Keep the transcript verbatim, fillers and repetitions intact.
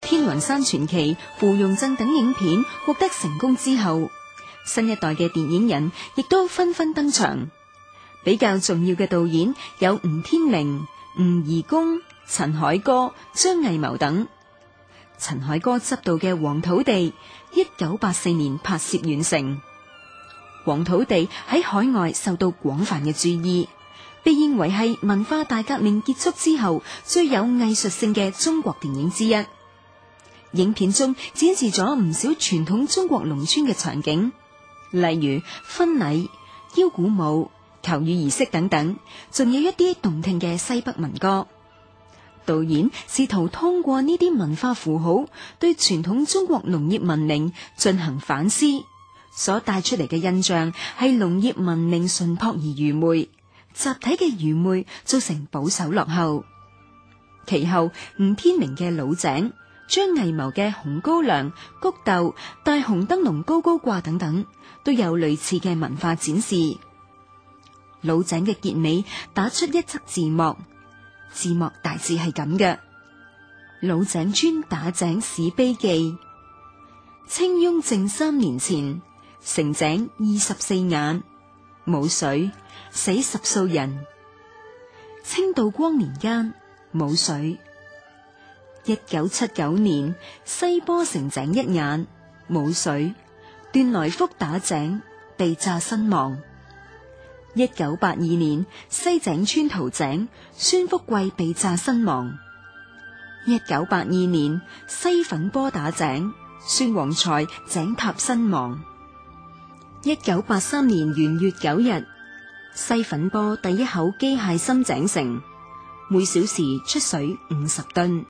天雲山傳奇、芙蓉鎮等影片獲得成功之後，新一代嘅電影人亦都紛紛登場。比較重要嘅導演有吳天明、吳怡公、陳凱歌、張藝謀等。陳凱歌執導嘅《黃土地》一九八四年拍攝完成，《黃土地》喺海外受到廣泛嘅注意，被認為係文化大革命結束之後最有藝術性嘅中國電影之一。影片中展示咗唔少傳統中國農村嘅場景，例如婚禮、腰鼓舞、求雨儀式等等，仲有一啲動聽嘅西北民歌。導演試圖通過呢啲文化符號，對傳統中國農業文明進行反思，所帶出嚟嘅印象係農業文明淳樸而愚昧，集體嘅愚昧造成保守落後。其後吳天明嘅老井、張藝謀嘅紅高粱、菊豆、大紅燈籠高高掛等等，都有類似嘅文化展示。老井嘅結尾打出一則字幕，字幕大致係咁嘅：老井村打井史碑記，清雍正三年前，成井二十四眼，冇水，死十數人。清道光年間，冇水。一九七九年，西坡成井一眼，冇水，段來福打井被炸身亡。一九八二年，西井村屠井，孫福貴被炸身亡。一九八二年，西粉坡打井，孫旺財井塌身亡。一九八三年元月九日，西粉坡第一口機械深井成，每小時出水五十噸。